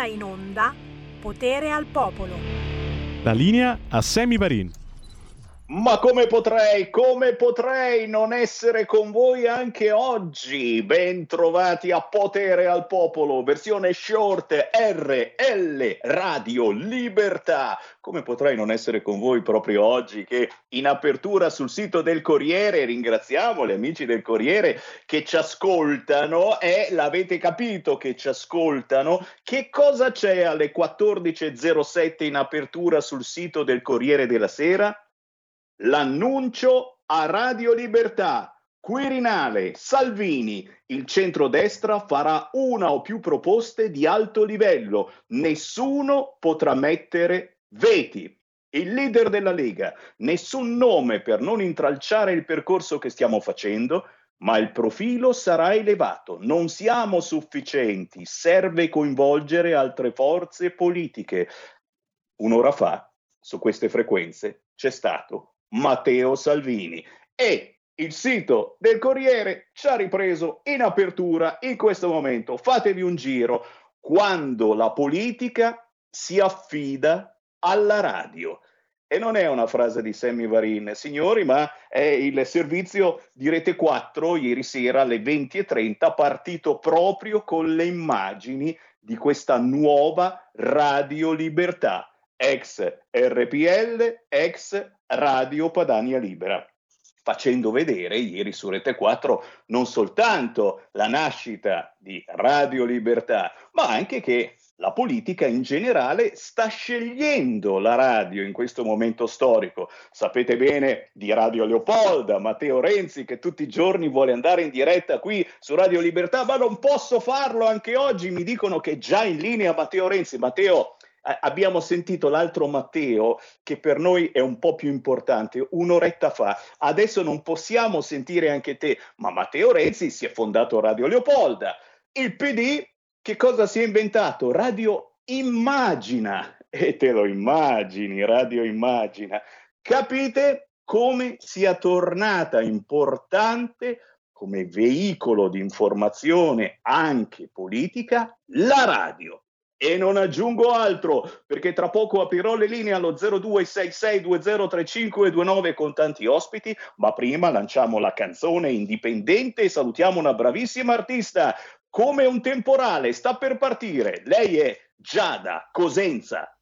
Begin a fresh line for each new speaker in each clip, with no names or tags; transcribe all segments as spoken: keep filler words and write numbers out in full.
ora in onda Potere al Popolo.
La linea a Sammy Varin.
Ma come potrei, come potrei non essere con voi anche oggi? Ben trovati a Potere al Popolo, versione short R L Radio Libertà. Come potrei non essere con voi proprio oggi che in apertura sul sito del Corriere, ringraziamo gli amici del Corriere che ci ascoltano e l'avete capito che ci ascoltano. Che cosa c'è alle quattordici e zero sette in apertura sul sito del Corriere della Sera? L'annuncio a Radio Libertà. Quirinale, Salvini, il centrodestra farà una o più proposte di alto livello. Nessuno potrà mettere veti. Il leader della Lega, nessun nome per non intralciare il percorso che stiamo facendo, ma il profilo sarà elevato. Non siamo sufficienti, serve coinvolgere altre forze politiche. Un'ora fa, su queste frequenze, c'è stato Matteo Salvini e il sito del Corriere ci ha ripreso in apertura in questo momento. Fatevi un giro quando la politica si affida alla radio. E non è una frase di Sammy Varin, signori, ma è il servizio di Rete quattro ieri sera alle venti e trenta, partito proprio con le immagini di questa nuova Radio Libertà, ex R P L, ex Radio Padania Libera, facendo vedere ieri su Rete quattro non soltanto la nascita di Radio Libertà, ma anche che la politica in generale sta scegliendo la radio in questo momento storico. Sapete bene di Radio Leopolda, Matteo Renzi, che tutti i giorni vuole andare in diretta qui su Radio Libertà, ma non posso farlo anche oggi. Mi dicono che è già in linea Matteo Renzi. Matteo, abbiamo sentito l'altro Matteo che per noi è un po' più importante un'oretta fa, adesso non possiamo sentire anche te, ma Matteo Renzi si è fondato Radio Leopolda. Il P D che cosa si è inventato? Radio Immagina, e te lo immagini, Radio Immagina. Capite come sia tornata importante come veicolo di informazione anche politica la radio. E non aggiungo altro, perché tra poco aprirò le linee allo zero due sei sei due zero tre cinque due nove con tanti ospiti, ma prima lanciamo la canzone indipendente e salutiamo una bravissima artista. Come un temporale, sta per partire. Lei è Giada Cosenza.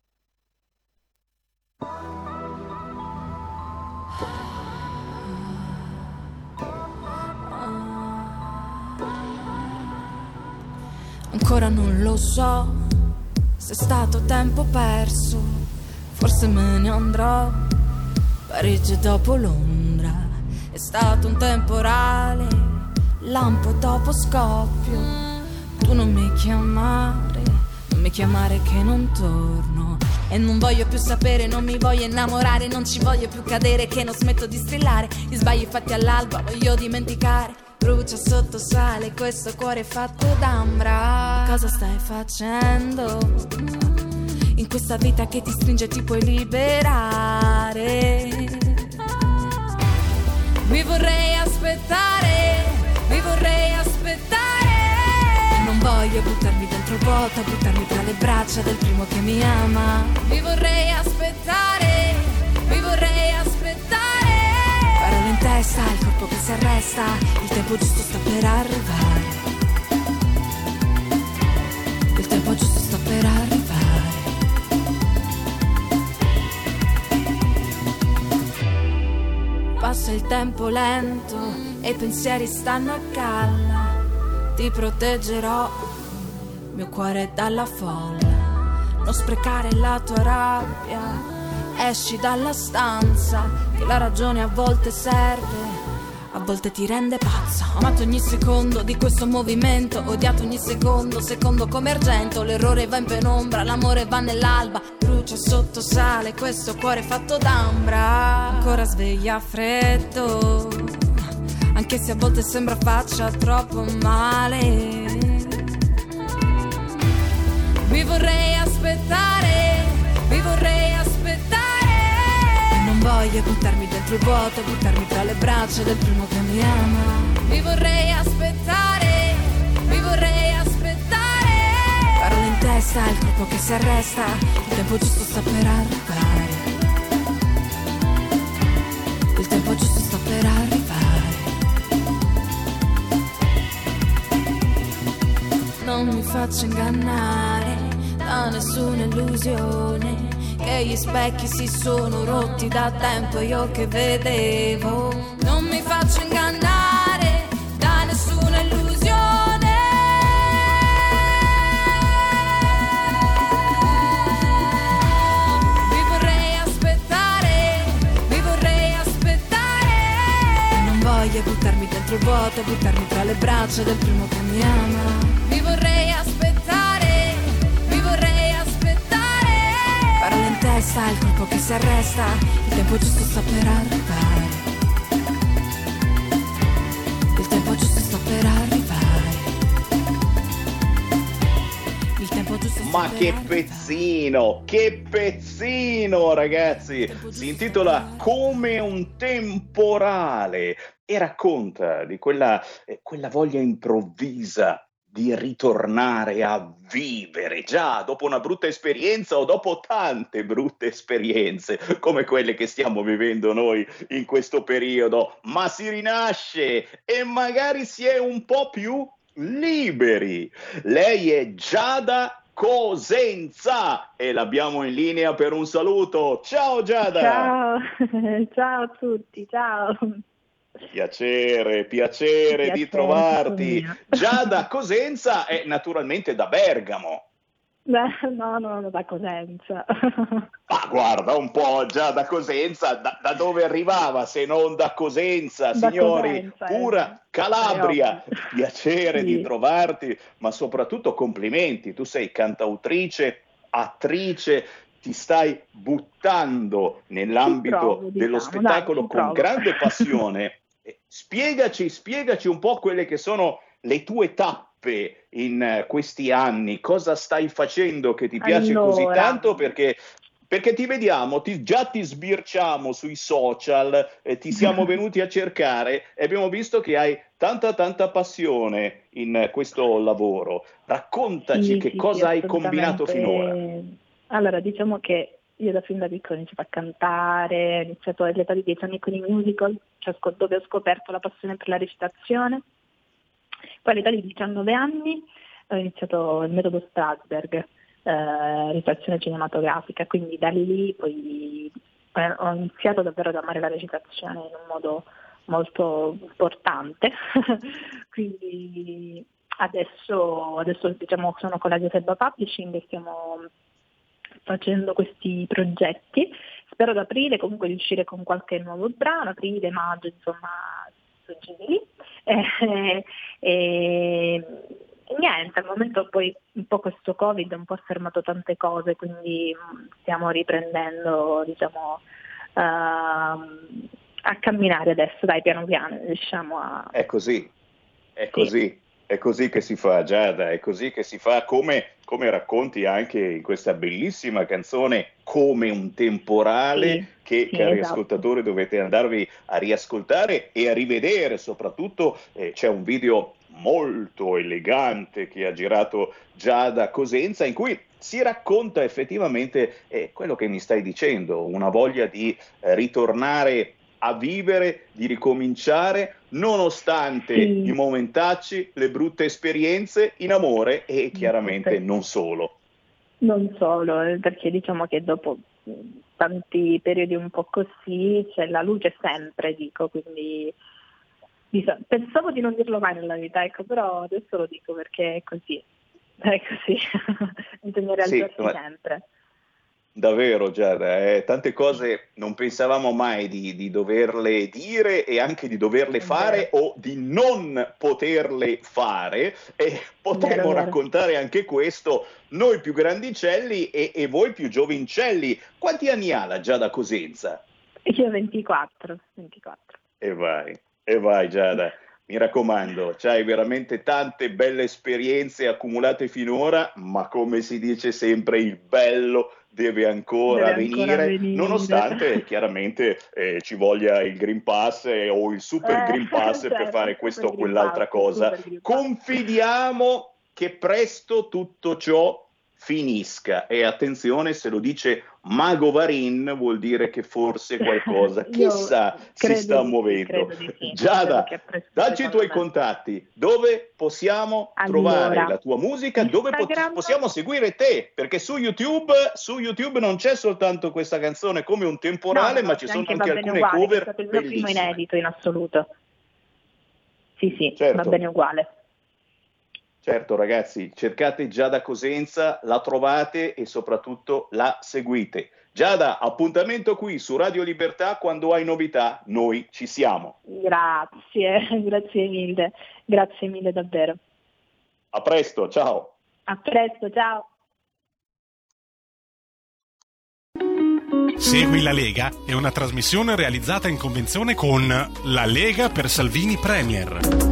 Ancora non lo so se è stato tempo perso, forse me ne andrò. Parigi dopo Londra, è stato un temporale, lampo dopo scoppio. Tu non mi chiamare, non mi chiamare che non torno. E non voglio più sapere, non mi voglio innamorare, non ci voglio più cadere, che non smetto di strillare. Gli sbagli fatti all'alba voglio dimenticare. Brucia sotto sale questo cuore fatto d'ambra. Cosa stai facendo in questa vita che ti stringe e ti puoi liberare? Mi vorrei aspettare, mi vorrei aspettare. Non voglio buttarmi dentro il vuoto, buttarmi tra le braccia del primo che mi ama. Mi vorrei aspettare, mi vorrei aspettare. Parole in testa, il corpo che si arresta, il tempo giusto sta per arrivare. Il tempo giusto sta per arrivare. Passa il tempo lento e i pensieri stanno a galla. Ti proteggerò, mio cuore dalla folla. Non sprecare la tua rabbia, esci dalla stanza, che la ragione a volte serve, a volte ti rende pazza. Ho amato ogni secondo di questo movimento, odiato ogni secondo, secondo come argento. L'errore va in penombra, l'amore va nell'alba. Brucia sotto sale questo cuore fatto d'ambra. Ancora sveglia a freddo, anche se a volte sembra faccia troppo male. Mi vorrei aspettare, mi vorrei aspettare. Non voglio buttarmi dentro il vuoto, buttarmi tra le braccia del primo che mi ama. Mi vorrei aspettare, mi vorrei aspettare. Parole in testa, il corpo corpo che si arresta, il tempo giusto sta per arrivare. Il tempo giusto sta per arrivare. Non mi faccio ingannare da nessuna illusione, che gli specchi si sono rotti da tempo, io che vedevo. Non mi faccio ingannare da nessuna illusione. Mi vorrei aspettare, mi vorrei aspettare. E non voglio buttarmi dentro il vuoto, buttarmi tra le braccia del primo che mi ama. Mi vorrei aspettare, mi vorrei aspettare. Parole in testa, il corpo che si arresta, il tempo giusto sta per arrivare. Il tempo giusto sta per arrivare. Il tempo giusto sta
Ma
per
che
arrivare.
pezzino, che pezzino, ragazzi! Si intitola Come un temporale e racconta di quella, eh, quella voglia improvvisa di ritornare a vivere già dopo una brutta esperienza o dopo tante brutte esperienze come quelle che stiamo vivendo noi in questo periodo, ma si rinasce e magari si è un po' più liberi. Lei è Giada Cosenza e l'abbiamo in linea per un saluto. Ciao Giada!
Ciao, ciao a tutti, ciao.
Piacere, piacere
Piacere,
di trovarti.
mio.
Giada Cosenza è naturalmente da Bergamo.
Beh, no, no, no, da Cosenza.
Ma guarda un po', Giada Cosenza, da, da dove arrivava se non da Cosenza,
Da
signori?
Cosenza,
Pura
eh.
Calabria.
È ovvio.
Piacere
Sì.
di trovarti, ma soprattutto complimenti. Tu sei cantautrice, attrice, ti stai buttando nell'ambito
Ci provo,
dello
diciamo,
spettacolo
dai, ci
con
provo.
grande passione. Eh, Spiegaci, spiegaci un po' quelle che sono le tue tappe in eh, questi anni, cosa stai facendo che ti piace così
Allora.
tanto, perché, perché ti vediamo, ti- già ti sbirciamo sui social, eh, ti siamo venuti a cercare e abbiamo visto che hai tanta tanta passione in eh, questo lavoro. Raccontaci
Sì,
che
sì,
cosa
sì,
hai combinato
assolutamente.
finora.
Allora, diciamo che io da fin da piccola ho iniziato a cantare, ho iniziato all'età di dieci anni con i musical, cioè scop- dove ho scoperto la passione per la recitazione. Poi all'età di diciannove anni ho iniziato il metodo Strasberg, eh, recitazione cinematografica, quindi da lì poi eh, ho iniziato davvero ad amare la recitazione in un modo molto importante. Quindi adesso, adesso diciamo sono con la Giuseppa Publishing e stiamo facendo questi progetti. Spero ad aprile comunque di uscire con qualche nuovo brano, aprile, maggio, insomma, sto giro lì. E, e, e niente, al momento poi un po' questo Covid un po' ha fermato tante cose, quindi mh, stiamo riprendendo, diciamo, uh, a camminare adesso, dai, piano piano, riusciamo a...
È così, è
Sì.
così, è così che si fa, Giada, è così che si fa, come, come racconti anche in questa bellissima canzone Come un temporale,
Sì,
che
sì,
cari
esatto.
ascoltatori dovete andarvi a riascoltare e a rivedere, soprattutto eh, c'è un video molto elegante che ha girato Giada Cosenza in cui si racconta effettivamente eh, quello che mi stai dicendo, una voglia di eh, ritornare a vivere, di ricominciare, nonostante
Sì.
i momentacci, le brutte esperienze in amore e chiaramente
Sì.
non solo.
Non solo, eh, perché diciamo che dopo mh, tanti periodi un po' così c'è la luce sempre, dico, quindi diso- pensavo di non dirlo mai nella vita, ecco, però adesso lo dico perché è così, è così, bisogna
Sì,
rialzarsi
ma-
sempre.
Davvero Giada, eh, tante cose non pensavamo mai di, di doverle dire e anche di doverle
È
fare o di non poterle fare, e potremo
Vero, vero.
raccontare anche questo noi più grandicelli e, e voi più giovincelli. Quanti anni ha la Giada Cosenza?
Io ventiquattro, ventiquattro.
E vai, e vai Giada, mi raccomando, c'hai veramente tante belle esperienze accumulate finora, ma come si dice sempre il bello deve ancora,
Deve ancora
venire,
venire.
nonostante chiaramente eh, ci voglia il Green Pass eh, o il Super
Eh,
Green Pass
certo,
per fare
il
questo o
Super Green
quell'altra
Pass, il
cosa.
Super Green Pass.
Confidiamo che presto tutto ciò finisca. E attenzione, se lo dice Mago Varin vuol dire che forse qualcosa, chissà, si sta
di
muovendo.
Sì, sì,
Giada, dacci i tuoi
me.
contatti, dove possiamo
Allora,
trovare la tua musica, dove
Instagram...
pot- possiamo seguire te, perché su YouTube, su YouTube non c'è soltanto questa canzone come un temporale,
no, no,
ma ci sono anche alcune
uguale,
cover
è stato il mio primo
bellissime.
inedito in assoluto. Sì, sì,
Certo.
va bene uguale.
Certo ragazzi, cercate Giada Cosenza, la trovate e soprattutto la seguite. Giada, appuntamento qui su Radio Libertà, quando hai novità noi ci siamo.
Grazie, grazie mille, grazie mille davvero.
A presto, ciao.
A presto, ciao.
Segui la Lega è una trasmissione realizzata in convenzione con La Lega per Salvini Premier.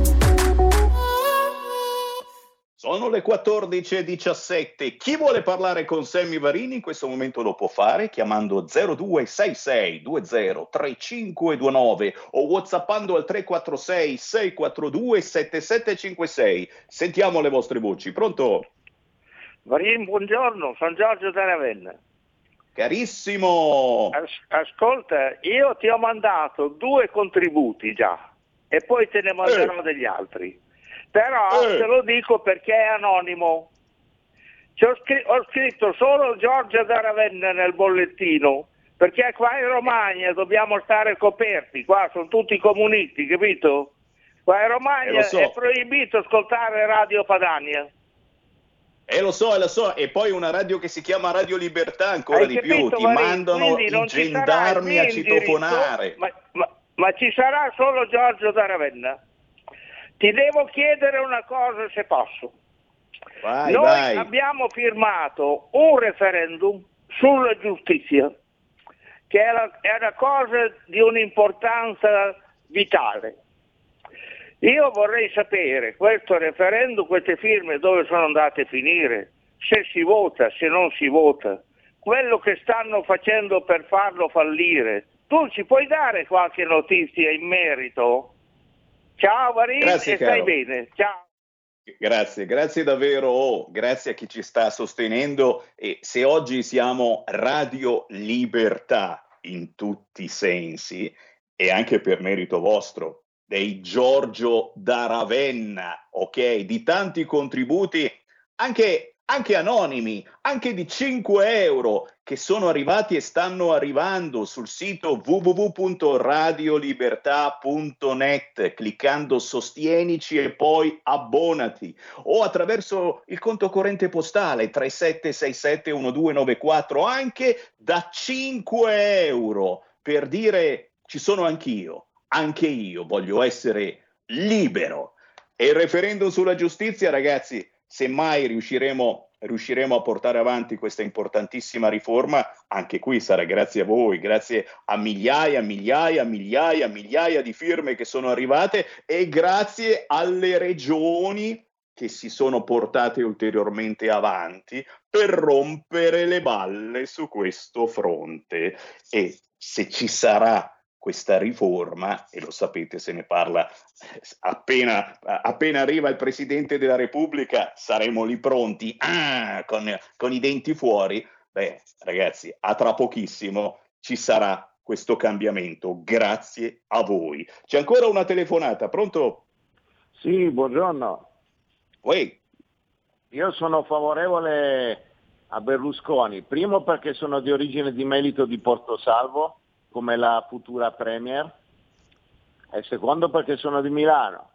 Sono le quattordici e diciassette. Chi vuole parlare con Sammy Varini in questo momento lo può fare chiamando zero due sei sei due zero tre cinque due nove o whatsappando al tre quattro sei sei quattro due sette sette cinque sei. Sentiamo le vostre voci. Pronto?
Varini, buongiorno, sono Giorgio da Ravenna.
Carissimo.
As- ascolta, io ti ho mandato due contributi già e poi te ne manderò eh. degli altri. Però eh. te lo dico perché è anonimo. Ci ho, scr- ho scritto solo Giorgio da Ravenna nel bollettino, perché qua in Romagna dobbiamo stare coperti, qua sono tutti comunisti, capito? Qua in Romagna eh, so. è proibito ascoltare Radio Padania.
Eh lo so, lo so, e poi una radio che si chiama Radio Libertà ancora
Hai
di
capito,
più, ti
Marini?
mandano
Quindi
i gendarmi a citofonare.
Ma, ma, ma ci sarà solo Giorgio da Ravenna? Ti devo chiedere una cosa se posso.
Vai,
Noi
vai.
abbiamo firmato un referendum sulla giustizia, che è, la, è una cosa di un'importanza vitale. Io vorrei sapere questo referendum, queste firme dove sono andate a finire, se si vota, se non si vota, quello che stanno facendo per farlo fallire. Tu ci puoi dare qualche notizia in merito? Ciao Varini,
grazie,
e
caro.
stai bene, ciao.
Grazie, grazie davvero, oh, grazie a chi ci sta sostenendo e se oggi siamo Radio Libertà in tutti i sensi e anche per merito vostro, dei Giorgio da Ravenna, ok, di tanti contributi anche anche anonimi, anche di cinque euro che sono arrivati e stanno arrivando sul sito w w w punto radio libertà punto net cliccando sostienici e poi abbonati o attraverso il conto corrente postale tre sette sei sette uno due nove quattro anche da cinque euro per dire ci sono anch'io, anche io voglio essere libero. E il referendum sulla giustizia, ragazzi, se mai riusciremo, riusciremo a portare avanti questa importantissima riforma, anche qui sarà grazie a voi, grazie a migliaia, migliaia, migliaia, migliaia di firme che sono arrivate e grazie alle regioni che si sono portate ulteriormente avanti per rompere le balle su questo fronte. E se ci sarà questa riforma, e lo sapete, se ne parla appena, appena arriva il Presidente della Repubblica, saremo lì pronti, ah, con, con i denti fuori. Beh, ragazzi, a tra pochissimo ci sarà questo cambiamento, grazie a voi. C'è ancora una telefonata, pronto?
Sì, buongiorno.
Uè.
Io sono favorevole a Berlusconi, primo perché sono di origine di Melito di Portosalvo, come la futura Premier, e secondo perché sono di Milano,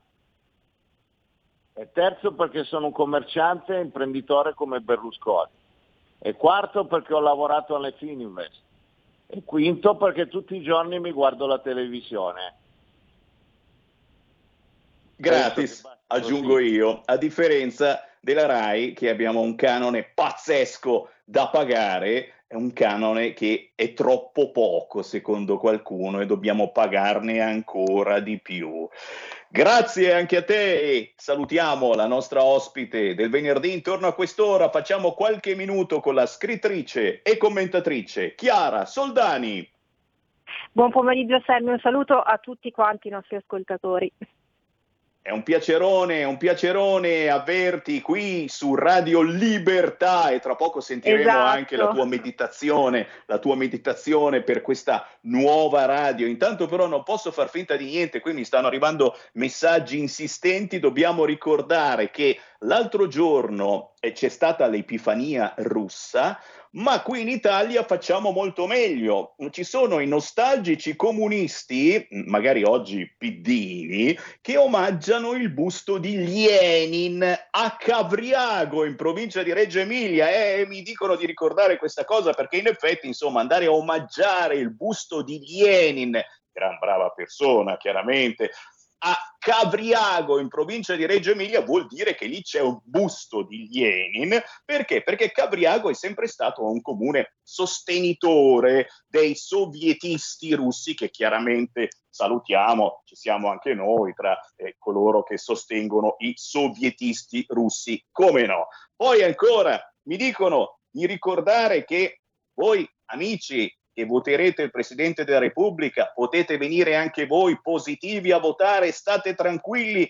e terzo perché sono un commerciante e imprenditore come Berlusconi, e quarto perché ho lavorato alle Fininvest, e quinto perché tutti i giorni mi guardo la televisione.
Gratis, aggiungo io, a differenza della Rai che abbiamo un canone pazzesco da pagare, è un canone che è troppo poco secondo qualcuno e dobbiamo pagarne ancora di più. Grazie anche a te e salutiamo la nostra ospite del venerdì intorno a quest'ora. Facciamo qualche minuto con la scrittrice e commentatrice Chiara Soldani.
Buon pomeriggio Sammy, un saluto a tutti quanti i nostri ascoltatori.
È un piacerone, è un piacerone averti qui su Radio Libertà e tra poco sentiremo
esatto.
anche la tua meditazione, la tua meditazione per questa nuova radio. Intanto però non posso far finta di niente, qui mi stanno arrivando messaggi insistenti, dobbiamo ricordare che l'altro giorno eh, c'è stata l'Epifania russa, ma qui in Italia facciamo molto meglio. Ci sono i nostalgici comunisti, magari oggi piddini, che omaggiano il busto di Lenin a Cavriago, in provincia di Reggio Emilia, e mi dicono di ricordare questa cosa perché in effetti, insomma, andare a omaggiare il busto di Lenin, gran brava persona, chiaramente, a Cavriago in provincia di Reggio Emilia vuol dire che lì c'è un busto di Lenin. Perché? Perché Cavriago è sempre stato un comune sostenitore dei sovietisti russi, che chiaramente salutiamo, ci siamo anche noi tra eh, coloro che sostengono i sovietisti russi, come no. Poi ancora mi dicono di ricordare che voi, amici, che voterete il Presidente della Repubblica, potete venire anche voi positivi a votare, state tranquilli,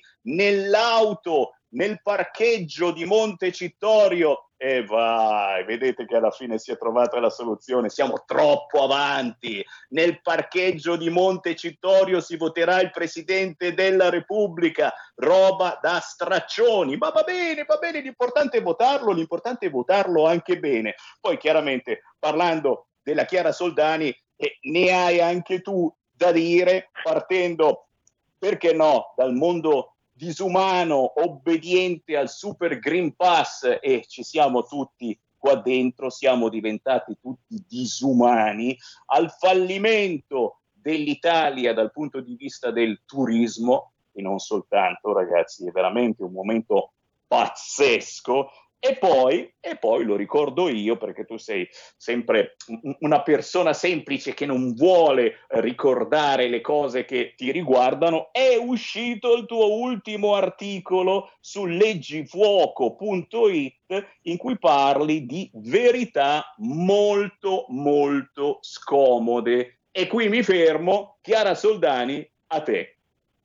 nell'auto, nel parcheggio di Montecitorio, e vai, vedete che alla fine si è trovata la soluzione, siamo troppo avanti, nel parcheggio di Montecitorio si voterà il Presidente della Repubblica, roba da straccioni, ma va bene, va bene, l'importante è votarlo, l'importante è votarlo anche bene. Poi chiaramente parlando della Chiara Soldani, e ne hai anche tu da dire, partendo, perché no, dal mondo disumano, obbediente al Super Green Pass, e ci siamo tutti qua dentro, siamo diventati tutti disumani, al fallimento dell'Italia dal punto di vista del turismo, e non soltanto, ragazzi, è veramente un momento pazzesco. E poi, e poi lo ricordo io, perché tu sei sempre una persona semplice che non vuole ricordare le cose che ti riguardano, è uscito il tuo ultimo articolo su leggifuoco punto it in cui parli di verità molto molto scomode. E qui mi fermo. Chiara Soldani, a te.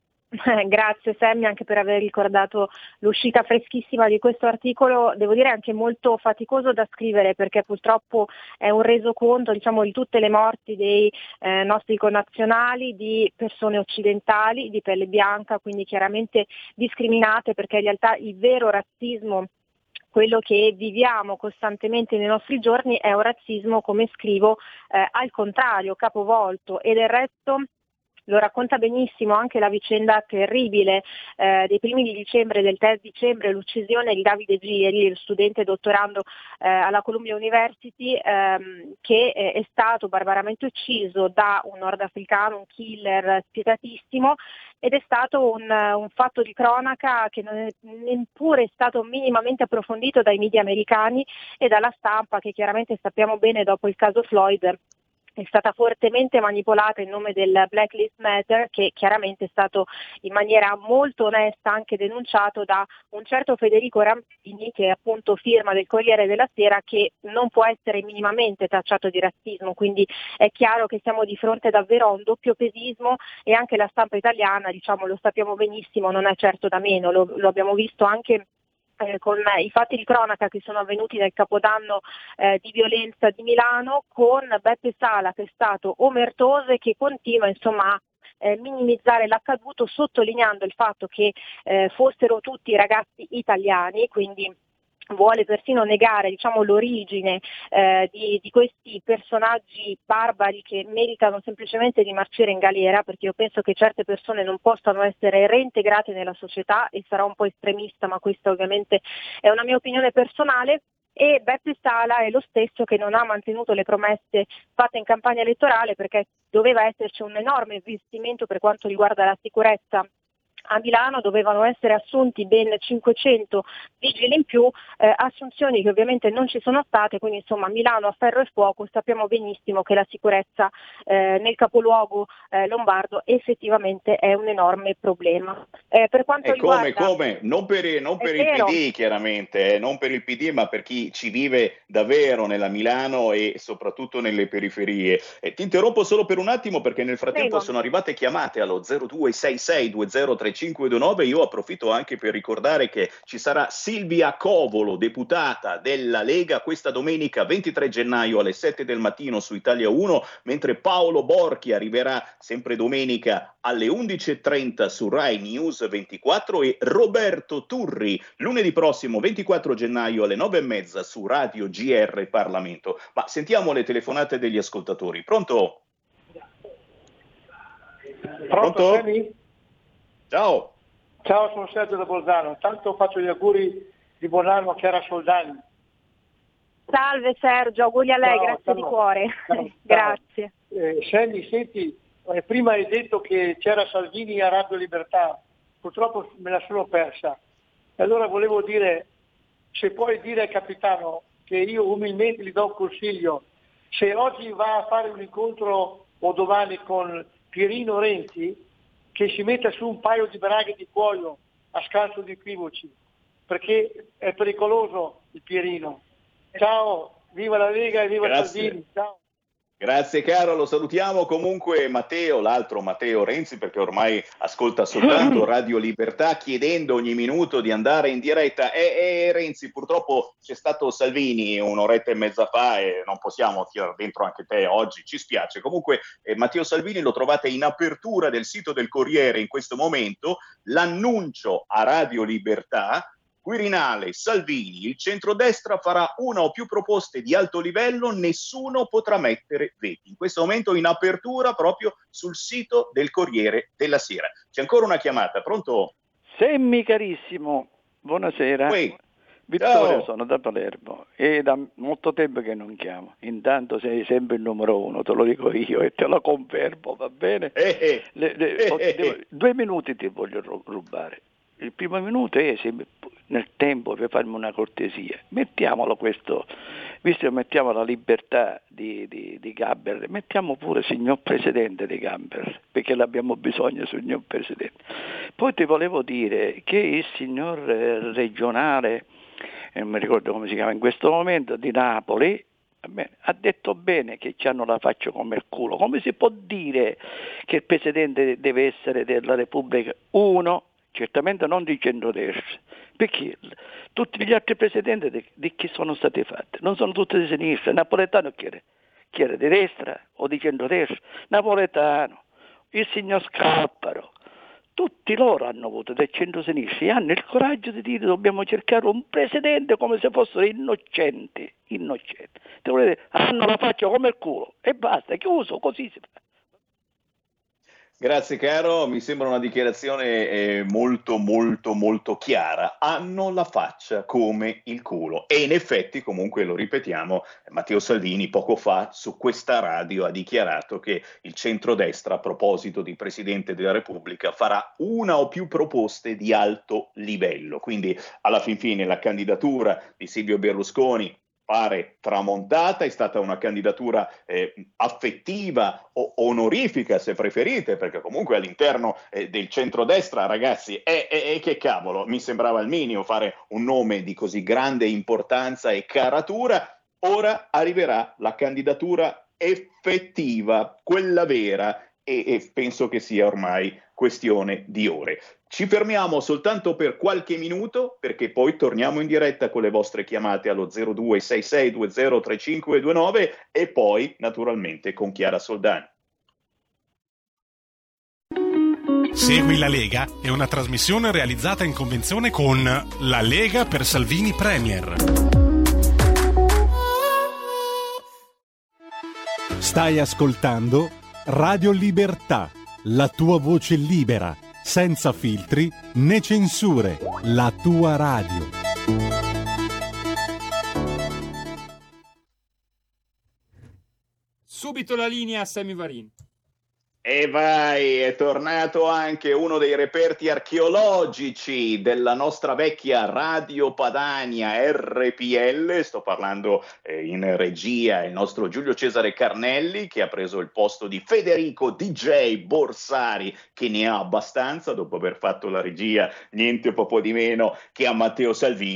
Grazie Sammy anche per aver ricordato l'uscita freschissima di questo articolo, devo dire anche molto faticoso da scrivere, perché purtroppo è un resoconto, diciamo, di tutte le morti dei eh, nostri connazionali, di persone occidentali di pelle bianca, quindi chiaramente discriminate, perché in realtà il vero razzismo, quello che viviamo costantemente nei nostri giorni, è un razzismo, come scrivo, eh, al contrario, capovolto. E del resto lo racconta benissimo anche la vicenda terribile eh, dei primi di dicembre, del tre dicembre, l'uccisione di Davide Gieri, il studente dottorando eh, alla Columbia University, ehm, che è, è stato barbaramente ucciso da un nordafricano, un killer spietatissimo, ed è stato un, un fatto di cronaca che non è neppure stato minimamente approfondito dai media americani e dalla stampa, che chiaramente sappiamo bene dopo il caso Floyd è stata fortemente manipolata in nome del Black Lives Matter, che chiaramente è stato in maniera molto onesta anche denunciato da un certo Federico Rampini, che è appunto firma del Corriere della Sera, che non può essere minimamente tacciato di razzismo. Quindi è chiaro che siamo di fronte davvero a un doppio pesismo, e anche la stampa italiana, diciamo, lo sappiamo benissimo, non è certo da meno, lo, lo abbiamo visto anche Eh, con i fatti di cronaca che sono avvenuti nel Capodanno eh, di violenza di Milano, con Beppe Sala che è stato omertoso e che continua insomma a eh, minimizzare l'accaduto, sottolineando il fatto che eh, fossero tutti ragazzi italiani, quindi vuole persino negare, diciamo, l'origine eh, di, di questi personaggi barbari che meritano semplicemente di marcire in galera, perché io penso che certe persone non possano essere reintegrate nella società, e sarò un po' estremista, ma questa ovviamente è una mia opinione personale. E Beppe Sala è lo stesso che non ha mantenuto le promesse fatte in campagna elettorale, perché doveva esserci un enorme investimento per quanto riguarda la sicurezza a Milano, dovevano essere assunti ben cinquecento vigili in più, eh, assunzioni che ovviamente non ci sono state, quindi insomma Milano a ferro e fuoco. Sappiamo benissimo che la sicurezza eh, nel capoluogo eh, lombardo effettivamente è un enorme problema. Eh, per quanto
e
riguarda...
come, come? Non per, non per il
vero.
P D chiaramente, eh, non per il P D, ma per chi ci vive davvero nella Milano e soprattutto nelle periferie. Eh, ti interrompo solo per un attimo, perché nel frattempo
Prego.
sono arrivate chiamate allo zero due sei sei due zero tre cinque due nove. Io approfitto anche per ricordare che ci sarà Silvia Covolo, deputata della Lega, questa domenica ventitré gennaio alle sette del mattino su Italia uno, mentre Paolo Borchi arriverà sempre domenica alle undici e trenta su Rai News ventiquattro e Roberto Turri lunedì prossimo ventiquattro gennaio alle nove e mezza su Radio G R Parlamento. Ma sentiamo le telefonate degli ascoltatori. Pronto?
Pronto? Pronto?
Ciao.
Ciao, sono Sergio da Bolzano. Intanto faccio gli auguri di buon anno a Chiara Soldani.
Salve Sergio, auguri a lei,
Ciao,
grazie
ciao.
di cuore.
Ciao.
Grazie.
Eh, Sandy, senti, eh, prima hai detto che c'era Salvini a Radio Libertà, purtroppo me la sono persa. E allora volevo dire, se puoi dire al capitano che io umilmente gli do un consiglio, se oggi va a fare un incontro o domani con Pierino Renzi, che si metta su un paio di braghe di cuoio a scanso di equivoci, perché è pericoloso il Pierino. Ciao, viva la Lega e viva Salvini. Ciao.
Grazie caro, lo salutiamo comunque Matteo, l'altro Matteo Renzi, perché ormai ascolta soltanto Radio Libertà, chiedendo ogni minuto di andare in diretta. E, e Renzi, purtroppo c'è stato Salvini un'oretta e mezza fa e non possiamo tirare dentro anche te oggi, ci spiace. Comunque eh, Matteo Salvini lo trovate in apertura del sito del Corriere in questo momento, l'annuncio a Radio Libertà. Quirinale, Salvini, il centrodestra farà una o più proposte di alto livello, nessuno potrà mettere veti. In questo momento in apertura proprio sul sito del Corriere della Sera. C'è ancora una chiamata, pronto?
Semmi carissimo, buonasera.
Uè.
Vittorio,
Ciao.
sono da Palermo e da molto tempo che non chiamo. Intanto sei sempre il numero uno, te lo dico io e te lo confermo, va bene?
Eh, eh.
Le, le,
Eh,
ho,
eh,
devo,
eh.
due minuti ti voglio rubare. Il primo minuto è se nel tempo per farmi una cortesia. Mettiamolo questo, visto che mettiamo la libertà di, di, di Gamber, mettiamo pure signor Presidente di Gamber, perché l'abbiamo bisogno, signor Presidente. Poi ti volevo dire che il signor eh, regionale, eh, non mi ricordo come si chiama in questo momento, di Napoli, ha detto bene che ci hanno la faccia come il culo. Come si può dire che il Presidente deve essere della Repubblica uno? Certamente non di centrodestra, perché tutti gli altri presidenti di, di chi sono stati fatti? Non sono tutti di sinistra. Napoletano chi era? Chi era di destra o di centrodestra? Napoletano, il signor Scalfaro, tutti loro hanno avuto del centro-sinistra e hanno il coraggio di dire dobbiamo cercare un presidente come se fossero innocenti, innocenti. Te volete dire, hanno la faccia come il culo e basta, chiuso, così si fa.
Grazie caro, mi sembra una dichiarazione eh, molto molto molto chiara. Hanno la faccia come il culo e in effetti, comunque lo ripetiamo, Matteo Salvini poco fa su questa radio ha dichiarato che il centrodestra, a proposito di Presidente della Repubblica, farà una o più proposte di alto livello. Quindi alla fin fine la candidatura di Silvio Berlusconi pare tramontata, è stata una candidatura eh, affettiva o onorifica se preferite, perché comunque all'interno eh, del centrodestra, ragazzi, e eh, eh, che cavolo, mi sembrava il minimo fare un nome di così grande importanza e caratura. Ora arriverà la candidatura effettiva, quella vera, e, e penso che sia ormai questione di ore. Ci fermiamo soltanto per qualche minuto perché poi torniamo in diretta con le vostre chiamate allo zero due sei sei due zero tre cinque due nove e poi naturalmente con Chiara Soldani.
Segui la Lega è una trasmissione realizzata in convenzione con La Lega per Salvini Premier.
Stai ascoltando Radio Libertà, la tua voce libera, senza filtri né censure, la tua radio.
Subito la linea a Sammy Varin.
E vai, è tornato anche uno dei reperti archeologici della nostra vecchia Radio Padania R P L, sto parlando eh, in regia, il nostro Giulio Cesare Carnelli, che ha preso il posto di Federico D J Borsari, che ne ha abbastanza dopo aver fatto la regia, niente po' di meno che a Matteo Salvini.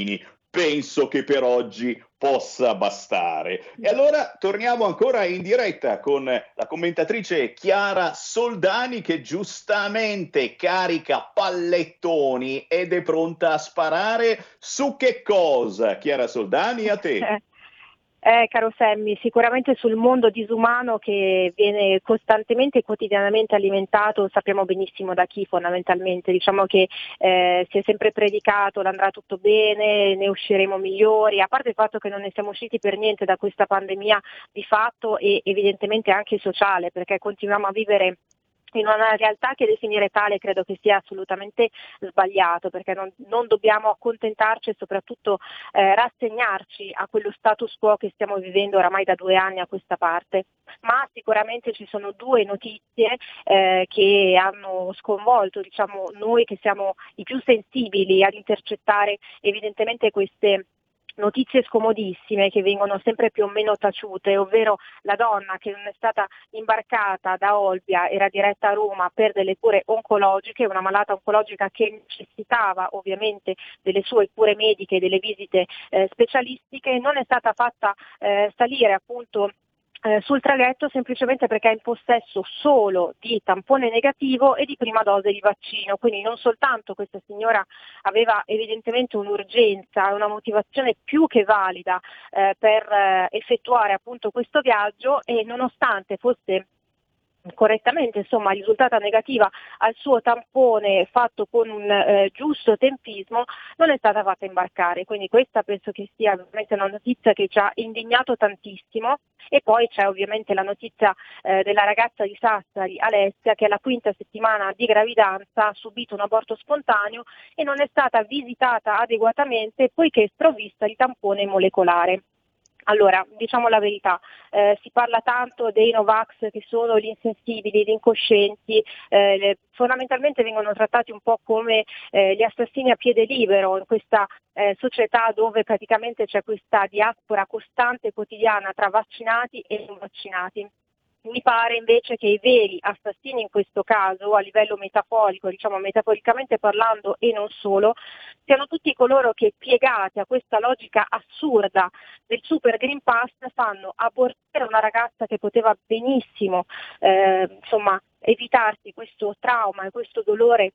penso che per oggi possa bastare. E allora torniamo ancora in diretta con la commentatrice Chiara Soldani, che giustamente carica pallettoni ed è pronta a sparare su che cosa? Chiara Soldani, a te.
Eh, caro Sammy, sicuramente sul mondo disumano che viene costantemente e quotidianamente alimentato, sappiamo benissimo da chi fondamentalmente, diciamo che eh, si è sempre predicato l'andrà tutto bene, ne usciremo migliori, a parte il fatto che non ne siamo usciti per niente da questa pandemia di fatto e evidentemente anche sociale, perché continuiamo a vivere in una realtà che definire tale credo che sia assolutamente sbagliato, perché non, non dobbiamo accontentarci e soprattutto eh, rassegnarci a quello status quo che stiamo vivendo oramai da due anni a questa parte, ma sicuramente ci sono due notizie eh, che hanno sconvolto, diciamo, noi che siamo i più sensibili ad intercettare evidentemente queste notizie scomodissime che vengono sempre più o meno taciute, ovvero la donna che non è stata imbarcata da Olbia, era diretta a Roma per delle cure oncologiche, una malata oncologica che necessitava ovviamente delle sue cure mediche, delle visite eh, specialistiche, non è stata fatta eh, salire appunto Eh, sul traghetto semplicemente perché è in possesso solo di tampone negativo e di prima dose di vaccino, quindi non soltanto questa signora aveva evidentemente un'urgenza, una motivazione più che valida eh, per eh, effettuare appunto questo viaggio e nonostante fosse correttamente insomma risultata negativa al suo tampone fatto con un eh, giusto tempismo, non è stata fatta imbarcare, quindi questa penso che sia veramente una notizia che ci ha indignato tantissimo. E poi c'è ovviamente la notizia eh, della ragazza di Sassari, Alessia, che alla quinta settimana di gravidanza ha subito un aborto spontaneo e non è stata visitata adeguatamente poiché sprovvista di tampone molecolare. Allora, diciamo la verità, eh, si parla tanto dei Novax che sono gli insensibili, gli incoscienti, eh, le, fondamentalmente vengono trattati un po' come eh, gli assassini a piede libero in questa eh, società dove praticamente c'è questa diaspora costante e quotidiana tra vaccinati e non vaccinati. Mi pare invece che i veri assassini in questo caso, a livello metaforico, diciamo metaforicamente parlando e non solo, siano tutti coloro che piegati a questa logica assurda del Super Green Pass fanno abortire una ragazza che poteva benissimo eh, insomma, evitarsi questo trauma e questo dolore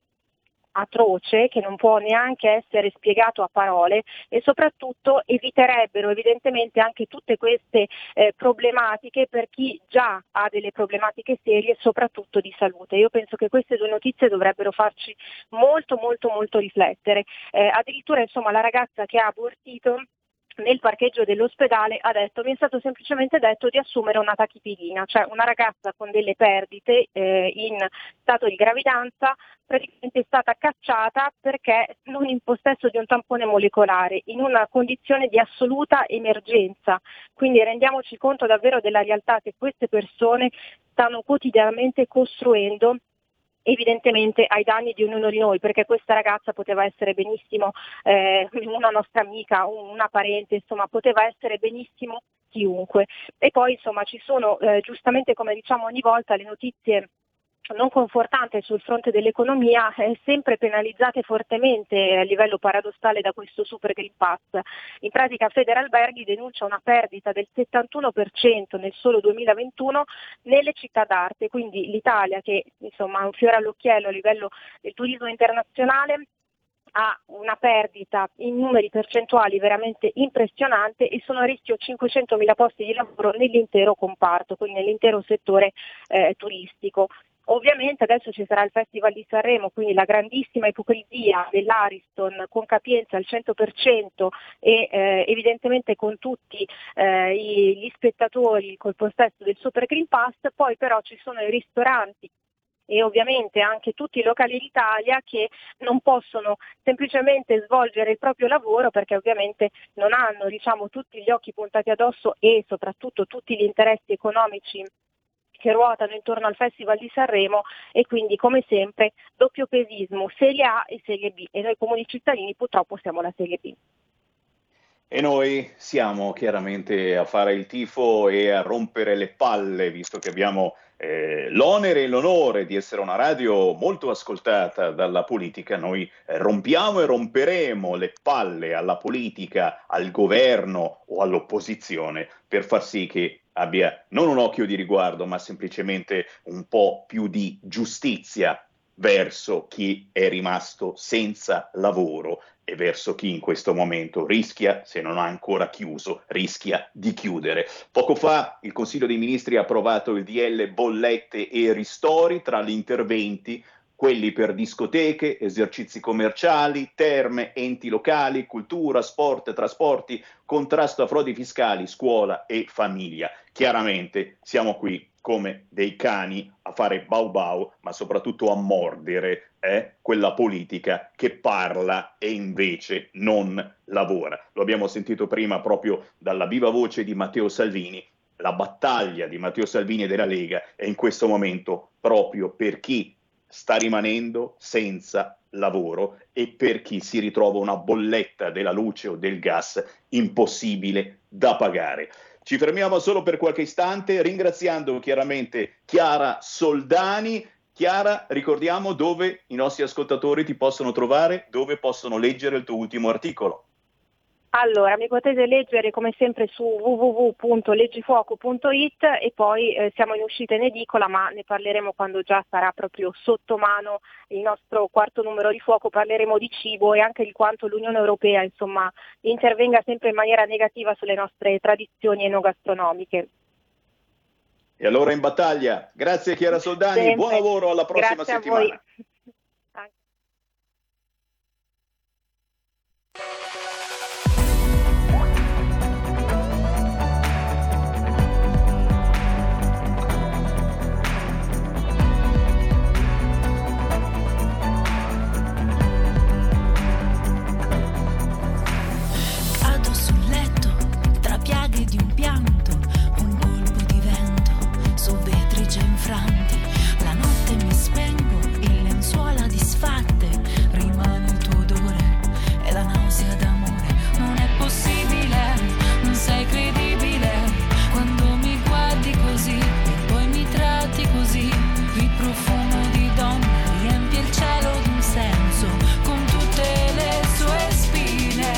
atroce che non può neanche essere spiegato a parole e soprattutto eviterebbero evidentemente anche tutte queste eh, problematiche per chi già ha delle problematiche serie soprattutto di salute. Io penso che queste due notizie dovrebbero farci molto molto molto riflettere. Eh, addirittura insomma la ragazza che ha abortito nel parcheggio dell'ospedale ha detto: mi è stato semplicemente detto di assumere una tachipirina, cioè una ragazza con delle perdite eh, in stato di gravidanza praticamente è stata cacciata perché non in possesso di un tampone molecolare, in una condizione di assoluta emergenza. Quindi rendiamoci conto davvero della realtà che queste persone stanno quotidianamente costruendo evidentemente ai danni di ognuno di noi, perché questa ragazza poteva essere benissimo eh, una nostra amica, una parente, insomma poteva essere benissimo chiunque. E poi insomma ci sono eh, giustamente, come diciamo ogni volta, le notizie non confortante sul fronte dell'economia, eh, sempre penalizzate fortemente a livello paradossale da questo Super Green Pass. In pratica Federalberghi denuncia una perdita del settantuno per cento nel solo duemilaventuno nelle città d'arte, quindi l'Italia che insomma ha un fiore all'occhiello a livello del turismo internazionale ha una perdita in numeri percentuali veramente impressionante e sono a rischio cinquecentomila posti di lavoro nell'intero comparto, quindi nell'intero settore eh, turistico. Ovviamente adesso ci sarà il Festival di Sanremo, quindi la grandissima ipocrisia dell'Ariston con capienza al cento per cento e eh, evidentemente con tutti eh, gli spettatori col possesso del Super Green Pass, poi però ci sono i ristoranti e ovviamente anche tutti i locali d'Italia che non possono semplicemente svolgere il proprio lavoro perché ovviamente non hanno, diciamo, tutti gli occhi puntati addosso e soprattutto tutti gli interessi economici che ruotano intorno al Festival di Sanremo e quindi come sempre doppio pesismo, Serie A e Serie B, e noi comuni cittadini purtroppo siamo la Serie B.
E noi siamo chiaramente a fare il tifo e a rompere le palle, visto che abbiamo eh, l'onere e l'onore di essere una radio molto ascoltata dalla politica. Noi eh, rompiamo e romperemo le palle alla politica, al governo o all'opposizione per far sì che abbia non un occhio di riguardo, ma semplicemente un po' più di giustizia verso chi è rimasto senza lavoro e verso chi in questo momento rischia, se non ha ancora chiuso, rischia di chiudere. Poco fa il Consiglio dei Ministri ha approvato il D L bollette e ristori, tra gli interventi quelli per discoteche, esercizi commerciali, terme, enti locali, cultura, sport, trasporti, contrasto a frodi fiscali, scuola e famiglia. Chiaramente siamo qui come dei cani a fare bau bau, ma soprattutto a mordere eh, quella politica che parla e invece non lavora. Lo abbiamo sentito prima proprio dalla viva voce di Matteo Salvini. La battaglia di Matteo Salvini e della Lega è in questo momento proprio per chi sta rimanendo senza lavoro e per chi si ritrova una bolletta della luce o del gas impossibile da pagare. Ci fermiamo solo per qualche istante ringraziando chiaramente Chiara Soldani. Chiara, ricordiamo dove i nostri ascoltatori ti possono trovare, dove possono leggere il tuo ultimo articolo.
Allora, mi potete leggere come sempre su w w w punto leggifuoco punto i t e poi eh, siamo in uscita in edicola, ma ne parleremo quando già sarà proprio sotto mano il nostro quarto numero di Fuoco. Parleremo di cibo e anche di quanto l'Unione Europea, insomma, intervenga sempre in maniera negativa sulle nostre tradizioni enogastronomiche.
E allora in battaglia. Grazie Chiara Soldani, sempre. Buon lavoro, alla prossima
Grazie
settimana.
A voi.
Di un pianto, un colpo di vento su vetri già infranti, la notte mi spengo in lenzuola disfatte, rimane il tuo odore e la nausea d'amore. Non è possibile, non sei credibile quando mi guardi così e poi mi tratti così. Il profumo di donna riempie il cielo d'un senso con tutte le sue spine.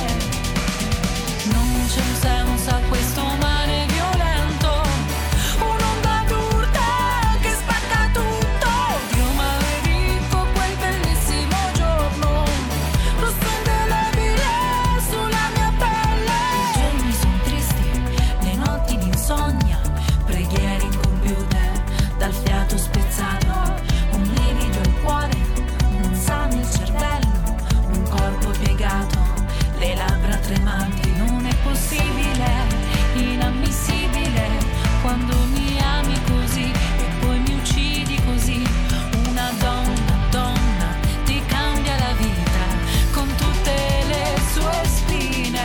Non c'è un senso a questo mare violento, un'onda d'urta che spacca tutto. Dio maledico quel bellissimo giorno, rosso indelebile sulla mia pelle. I giorni sono tristi, le notti di insonnia, preghiere incompiute dal fiato spezzato, un livido al cuore, un sano il cervello, un corpo piegato, le labbra tremanti. Non è possibile, inammissibile, quando mi ami così e poi mi uccidi così. Una donna, donna, ti cambia la vita con tutte le sue spine.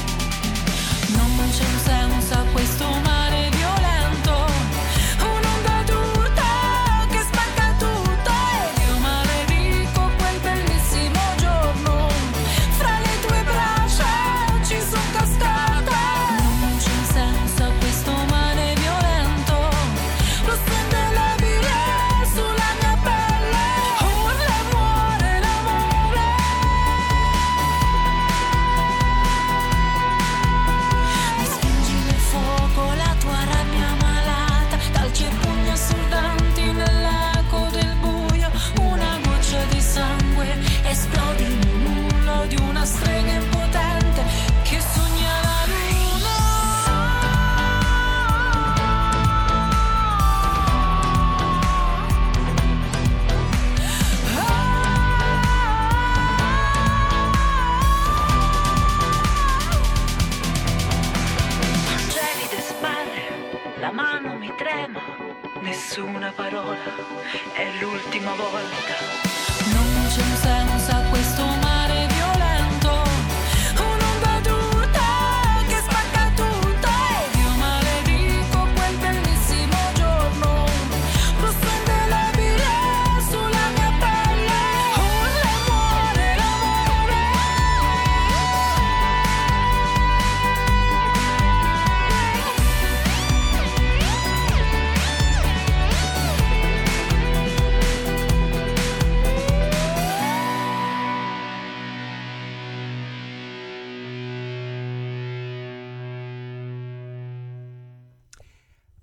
Non c'è un senso a questo mare violento, un'onda d'urta che spacca tutto. E io maledico quel bellissimo giorno, fra le tue braccia ci sono cascata. Non c'è un senso a questo mare violento, rosso indelebile sulla mia pelle. Urla e muore l'amore. Mi spingi nel fuoco la tua rabbia malata, calci e pugni assordanti nell'eco del buio. Una goccia di sangue esplode in un urlo di una strega impotente che sogna la luna. Gelide spalle, la mano mi trema, nessuna parola, è l'ultima volta. Non c'è un senso a questo mare violento, un'onda d'urta che spacca tutto. E io maledico quel bellissimo giorno, rosso indelebile sulla mia pelle. Urla e muore l'amore.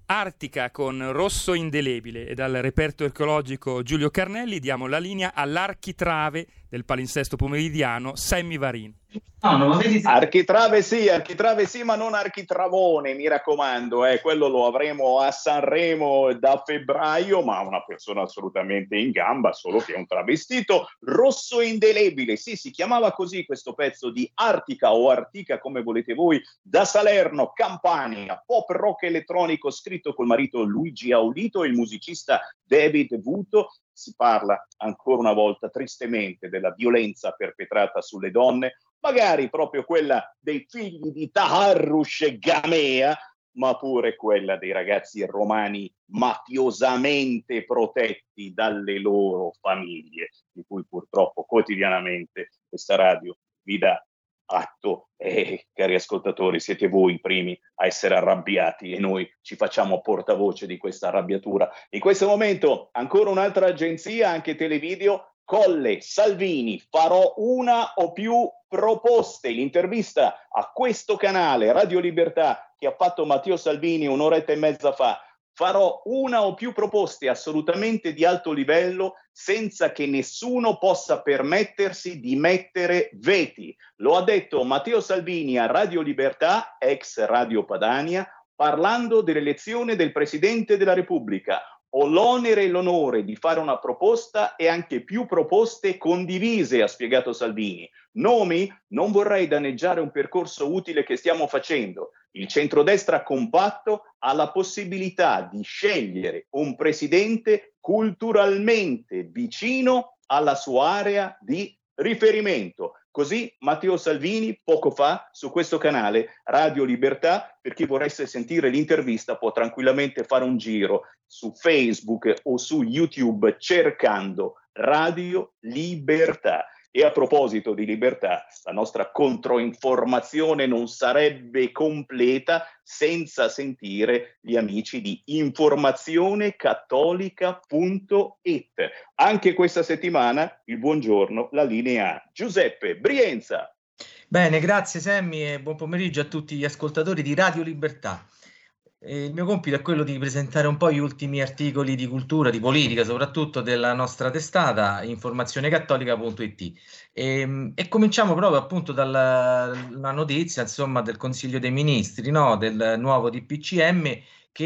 Artica con Rosso Indelebile, e dal reperto archeologico Giulio Carnelli diamo la linea all'architrave del palinsesto pomeridiano Sammy Varin.
No, no, architrave sì, architrave sì, ma non architravone, mi raccomando, eh, quello lo avremo a Sanremo da febbraio, ma una persona assolutamente in gamba, solo che è un travestito. Rosso Indelebile, sì, si chiamava così questo pezzo di Artica o Artica, come volete voi, da Salerno, Campania, pop rock elettronico scritto col marito Luigi Aulito e il musicista David Vuto. Si parla ancora una volta tristemente della violenza perpetrata sulle donne, magari proprio quella dei figli di Taharrush e Gamea, ma pure quella dei ragazzi romani mafiosamente protetti dalle loro famiglie, di cui purtroppo quotidianamente questa radio vi dà atto. E cari ascoltatori, siete voi i primi a essere arrabbiati e noi ci facciamo portavoce di questa arrabbiatura. In questo momento ancora un'altra agenzia, anche Televideo, Colle, Salvini, farò una o più proposte. L'intervista a questo canale Radio Libertà che ha fatto Matteo Salvini un'oretta e mezza fa. Farò una o più proposte assolutamente di alto livello senza che nessuno possa permettersi di mettere veti. Lo ha detto Matteo Salvini a Radio Libertà, ex Radio Padania, parlando dell'elezione del Presidente della Repubblica. Ho l'onere e l'onore di fare una proposta e anche più proposte condivise, ha spiegato Salvini. Nomi? Non vorrei danneggiare un percorso utile che stiamo facendo. Il centrodestra compatto ha la possibilità di scegliere un presidente culturalmente vicino alla sua area di riferimento. Così Matteo Salvini poco fa su questo canale Radio Libertà. Per chi voresse sentire l'intervista può tranquillamente fare un giro su Facebook o su YouTube cercando Radio Libertà. E a proposito di libertà, la nostra controinformazione non sarebbe completa senza sentire gli amici di informazione cattolica punto it. Anche questa settimana il buongiorno, la linea a Giuseppe Brienza.
Bene, grazie Sammy e buon pomeriggio a tutti gli ascoltatori di Radio Libertà. E il mio compito è quello di presentare un po' gli ultimi articoli di cultura, di politica, soprattutto della nostra testata informazione cattolica punto it. E, e cominciamo proprio appunto dalla la notizia, insomma, del Consiglio dei Ministri, no? Del nuovo D P C M che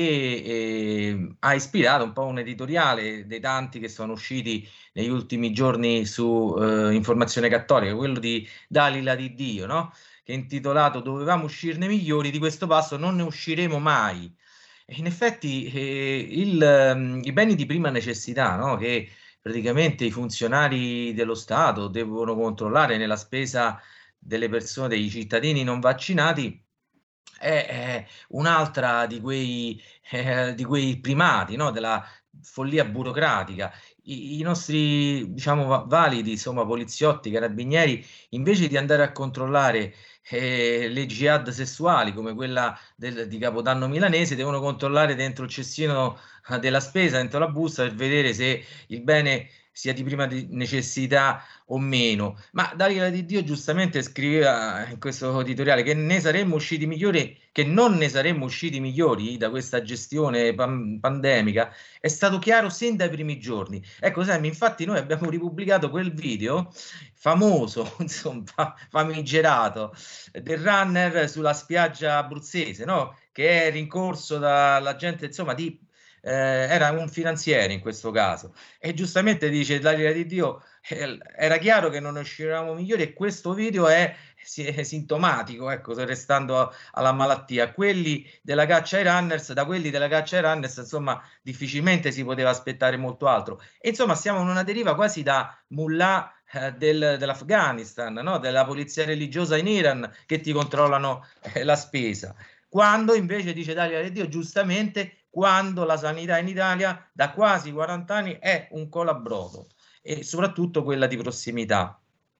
eh, ha ispirato un po' un editoriale dei tanti che sono usciti negli ultimi giorni su eh, Informazione Cattolica, quello di Dalila Di Dio, no? Che è intitolato "Dovevamo uscirne migliori, di questo passo non ne usciremo mai". E in effetti eh, il, um, i beni di prima necessità, no? Che praticamente i funzionari dello Stato devono controllare nella spesa delle persone, dei cittadini non vaccinati, è, è un'altra di quei, eh, di quei primati, no? Della follia burocratica. I, i nostri, diciamo, validi, insomma, poliziotti, carabinieri, invece di andare a controllare eh, le jihad sessuali come quella del, di Capodanno milanese, devono controllare dentro il cestino eh, della spesa, dentro la busta, per vedere se il bene sia di prima di necessità o meno. Ma Dalila Di Dio giustamente scriveva in questo editoriale che ne saremmo usciti migliori, che non ne saremmo usciti migliori da questa gestione pan- pandemica, è stato chiaro sin dai primi giorni. Ecco, Sammy, infatti noi abbiamo ripubblicato quel video famoso, insomma, famigerato, del runner sulla spiaggia abruzzese, no? Che è rincorso dalla gente, insomma, di Eh, era un finanziere in questo caso, e giustamente dice Dalila Di Dio eh, era chiaro che non uscivamo migliori, e questo video è, è sintomatico, ecco, restando a, alla malattia. Quelli della caccia ai runners, da quelli della caccia ai runners, insomma, difficilmente si poteva aspettare molto altro. E insomma siamo in una deriva quasi da mullah eh, del, dell'Afghanistan, no? Della polizia religiosa in Iran, che ti controllano eh, la spesa, quando invece, dice Dalila Di Dio giustamente, quando la sanità in Italia da quasi quaranta anni è un colabrodo, e soprattutto quella di prossimità.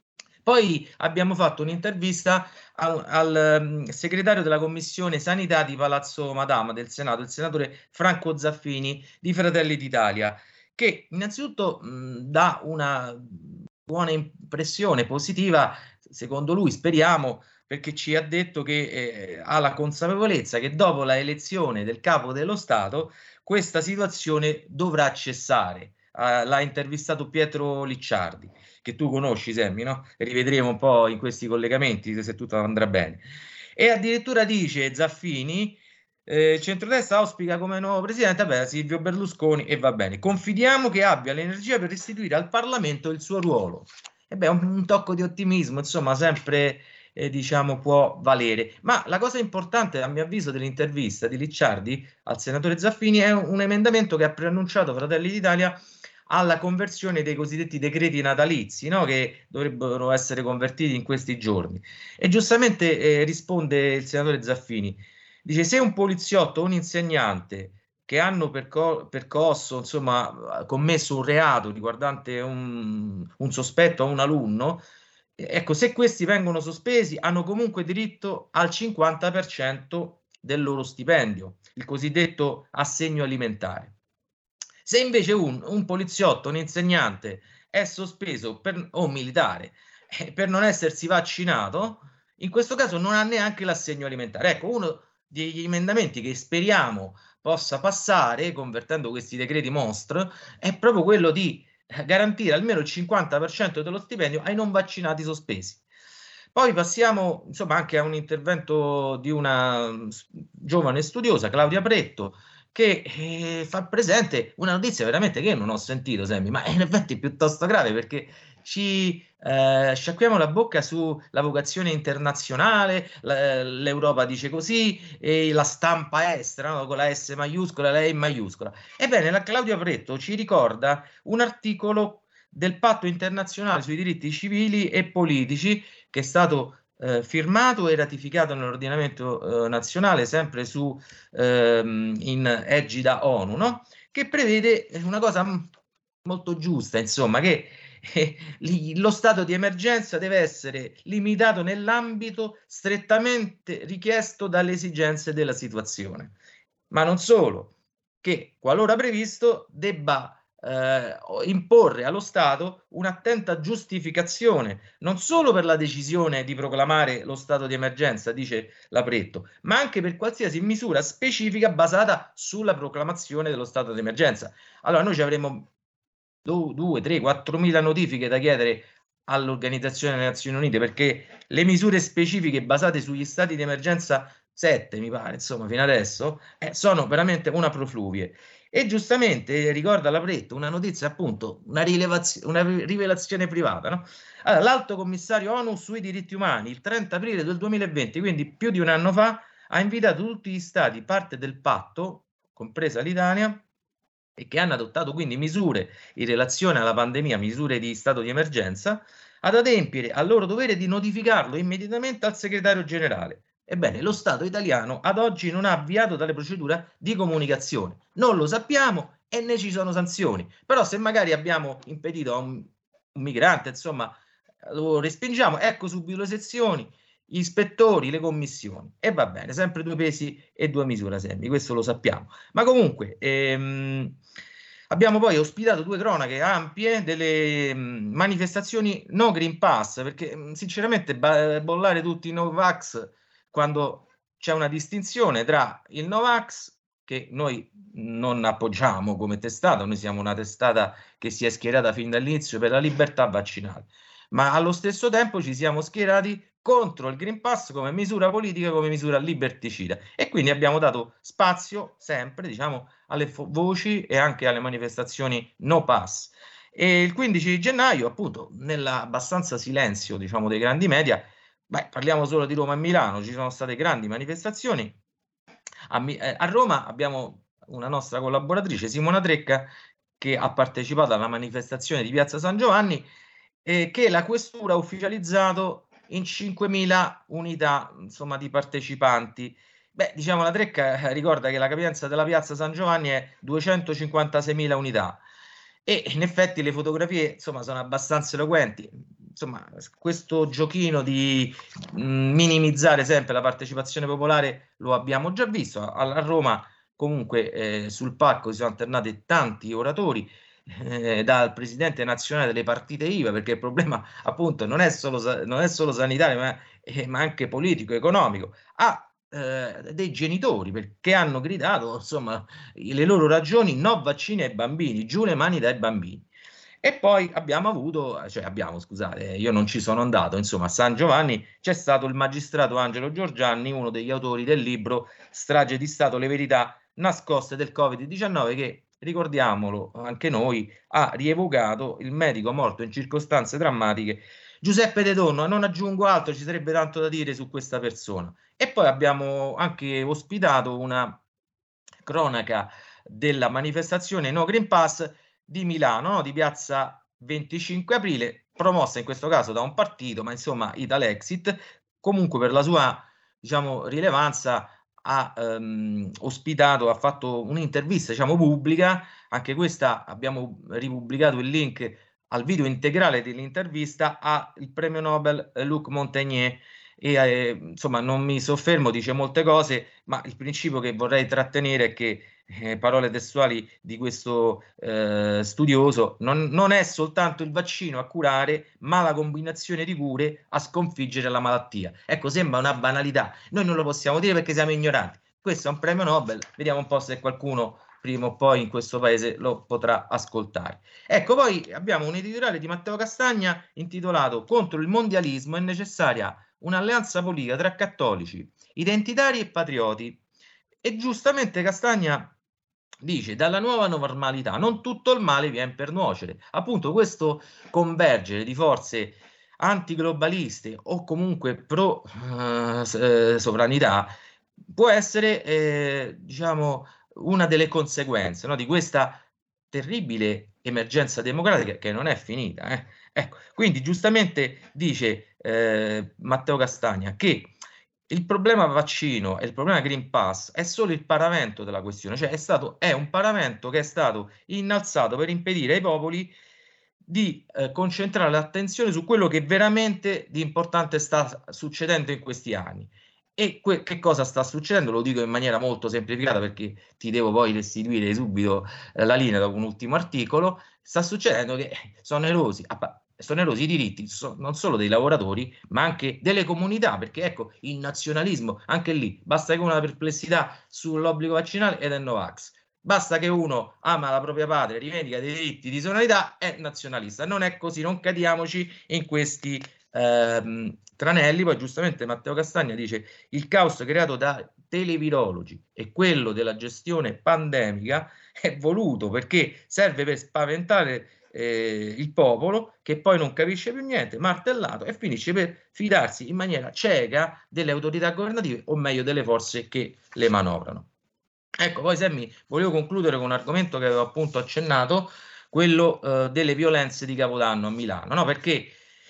Poi abbiamo fatto un'intervista al, al um, segretario della Commissione Sanità di Palazzo Madama del Senato, il senatore Franco Zaffini di Fratelli d'Italia, che innanzitutto mh, dà una buona impressione positiva, secondo lui, speriamo, perché ci ha detto che eh, ha la consapevolezza che dopo la elezione del capo dello Stato questa situazione dovrà cessare. Uh, l'ha intervistato Pietro Licciardi, che tu conosci, Semmi, no? Rivedremo un po' in questi collegamenti se tutto andrà bene. E addirittura dice Zaffini, eh, centrodestra auspica come nuovo presidente beh, Silvio Berlusconi e va bene, confidiamo che abbia l'energia per restituire al Parlamento il suo ruolo. E beh, un, un tocco di ottimismo, insomma, sempre eh, diciamo può valere. Ma la cosa importante, a mio avviso, dell'intervista di Licciardi al senatore Zaffini è un, un emendamento che ha preannunciato Fratelli d'Italia alla conversione dei cosiddetti decreti natalizi, no? Che dovrebbero essere convertiti in questi giorni. E giustamente eh, risponde il senatore Zaffini, dice: se un poliziotto o un insegnante che hanno perco- percosso, insomma, commesso un reato riguardante un, un sospetto o un alunno, ecco, se questi vengono sospesi hanno comunque diritto al cinquanta per cento del loro stipendio, il cosiddetto assegno alimentare. Se invece un, un poliziotto, un insegnante è sospeso per, o un militare eh, per non essersi vaccinato, in questo caso non ha neanche l'assegno alimentare. Ecco, uno degli emendamenti che speriamo possa passare, convertendo questi decreti mostro, è proprio quello di garantire almeno il cinquanta per cento dello stipendio ai non vaccinati sospesi. Poi passiamo insomma anche a un intervento di una giovane studiosa, Claudia Pretto, che eh, fa presente una notizia veramente che io non ho sentito, Semmi, ma in effetti è piuttosto grave, perché ci eh, sciacquiamo la bocca sulla vocazione internazionale, la, l'Europa dice così, e la stampa estera, no? Con la S maiuscola e la E maiuscola. Ebbene, la Claudia Pretto ci ricorda un articolo del Patto internazionale sui diritti civili e politici che è stato Eh, firmato e ratificato nell'ordinamento eh, nazionale, sempre su ehm, in egida ONU, no? Che prevede una cosa m- molto giusta, insomma, che eh, li, lo stato di emergenza deve essere limitato nell'ambito strettamente richiesto dalle esigenze della situazione, ma non solo, che qualora previsto debba Eh, imporre allo Stato un'attenta giustificazione non solo per la decisione di proclamare lo stato di emergenza, dice la Pretto, ma anche per qualsiasi misura specifica basata sulla proclamazione dello stato di emergenza. Allora noi ci avremo due, tre, quattromila notifiche da chiedere all'Organizzazione delle Nazioni Unite, perché le misure specifiche basate sugli stati di emergenza, sette mi pare, insomma, fino adesso, eh, sono veramente una profluvie. E giustamente ricorda la Pretto una notizia, appunto, una, rilevazio- una rivelazione privata, no? Allora, l'Alto Commissario ONU sui diritti umani il trenta aprile del duemilaventi, quindi più di un anno fa, ha invitato tutti gli stati parte del patto, compresa l'Italia, e che hanno adottato quindi misure in relazione alla pandemia, misure di stato di emergenza, ad adempiere al loro dovere di notificarlo immediatamente al segretario generale. Ebbene, lo Stato italiano ad oggi non ha avviato tale procedura di comunicazione. Non lo sappiamo e né ci sono sanzioni. Però se magari abbiamo impedito a un, un migrante, insomma, lo respingiamo, ecco subito le sezioni, gli ispettori, le commissioni. E va bene, sempre due pesi e due misure, Semmi, questo lo sappiamo. Ma comunque... Ehm, abbiamo poi ospitato due cronache ampie delle mh, manifestazioni no Green Pass, perché mh, sinceramente ba- bollare tutti i Novax quando c'è una distinzione tra il Novax, che noi non appoggiamo come testata, noi siamo una testata che si è schierata fin dall'inizio per la libertà vaccinale, ma allo stesso tempo ci siamo schierati contro il Green Pass come misura politica, come misura liberticida, e quindi abbiamo dato spazio sempre, diciamo, alle fo- voci e anche alle manifestazioni no pass. E il quindici gennaio, appunto, nell'abbastanza silenzio, diciamo, dei grandi media, beh, parliamo solo di Roma e Milano, ci sono state grandi manifestazioni. A, eh, a Roma abbiamo una nostra collaboratrice, Simona Trecca, che ha partecipato alla manifestazione di Piazza San Giovanni e che la questura ha ufficializzato in cinquemila unità, insomma, di partecipanti. Beh, diciamo, la Trecca ricorda che la capienza della Piazza San Giovanni è duecentocinquantaseimila unità e in effetti le fotografie, insomma, sono abbastanza eloquenti. Insomma, questo giochino di mh, minimizzare sempre la partecipazione popolare lo abbiamo già visto. A, a Roma comunque eh, sul palco si sono alternati tanti oratori, eh, dal presidente nazionale delle partite I V A, perché il problema appunto non è solo, non è solo sanitario, ma eh, ma anche politico, economico, a eh, dei genitori, perché hanno gridato, insomma, le loro ragioni: no vaccini ai bambini, giù le mani dai bambini. E poi abbiamo avuto, cioè abbiamo, scusate, io non ci sono andato, insomma, a San Giovanni c'è stato il magistrato Angelo Giorgianni, uno degli autori del libro Strage di Stato, le verità nascoste del covid diciannove, che, ricordiamolo anche noi, ha rievocato il medico morto in circostanze drammatiche, Giuseppe De Donno. Non aggiungo altro, ci sarebbe tanto da dire su questa persona. E poi abbiamo anche ospitato una cronaca della manifestazione No Green Pass di Milano, no? Di piazza venticinque aprile, promossa in questo caso da un partito, ma insomma Italexit, comunque per la sua, diciamo, rilevanza ha ehm, ospitato, ha fatto un'intervista, diciamo, pubblica. Anche questa abbiamo ripubblicato il link al video integrale dell'intervista al premio Nobel eh, Luc Montagnier. E eh, insomma non mi soffermo, dice molte cose, ma il principio che vorrei trattenere è che, eh, parole testuali di questo eh, studioso, non, non è soltanto il vaccino a curare, ma la combinazione di cure a sconfiggere la malattia. Ecco, sembra una banalità, noi non lo possiamo dire perché siamo ignoranti. Questo è un premio Nobel, vediamo un po' se qualcuno prima o poi in questo paese lo potrà ascoltare. Ecco, poi abbiamo un editoriale di Matteo Castagna intitolato "Contro il mondialismo è necessaria un'alleanza politica tra cattolici, identitari e patrioti". E giustamente Castagna dice: dalla nuova normalità non tutto il male viene per nuocere. Appunto, questo convergere di forze antiglobaliste o comunque pro eh, sovranità può essere eh, diciamo una delle conseguenze, no, di questa terribile emergenza democratica che non è finita. Eh. Ecco, quindi giustamente dice eh, Matteo Castagna che il problema vaccino e il problema Green Pass è solo il paravento della questione, cioè è stato è un paravento che è stato innalzato per impedire ai popoli di eh, concentrare l'attenzione su quello che veramente di importante sta succedendo in questi anni. E que- che cosa sta succedendo? Lo dico in maniera molto semplificata perché ti devo poi restituire subito eh, la linea dopo un ultimo articolo. Sta succedendo che sono erosi, sono erosi i diritti so- non solo dei lavoratori ma anche delle comunità, perché ecco, il nazionalismo, anche lì, basta che uno ha perplessità sull'obbligo vaccinale ed è Novax. Basta che uno ama la propria patria, rivendica dei diritti di sovranità, è nazionalista. Non è così, non cadiamoci in questi ehm, tranelli. Poi giustamente Matteo Castagna dice: il caos creato da televirologi e quello della gestione pandemica è voluto perché serve per spaventare eh, il popolo, che poi non capisce più niente, martellato, e finisce per fidarsi in maniera cieca delle autorità governative, o meglio delle forze che le manovrano. Ecco, poi Semmi, volevo concludere con un argomento che avevo appunto accennato, quello eh, delle violenze di Capodanno a Milano, no? Perché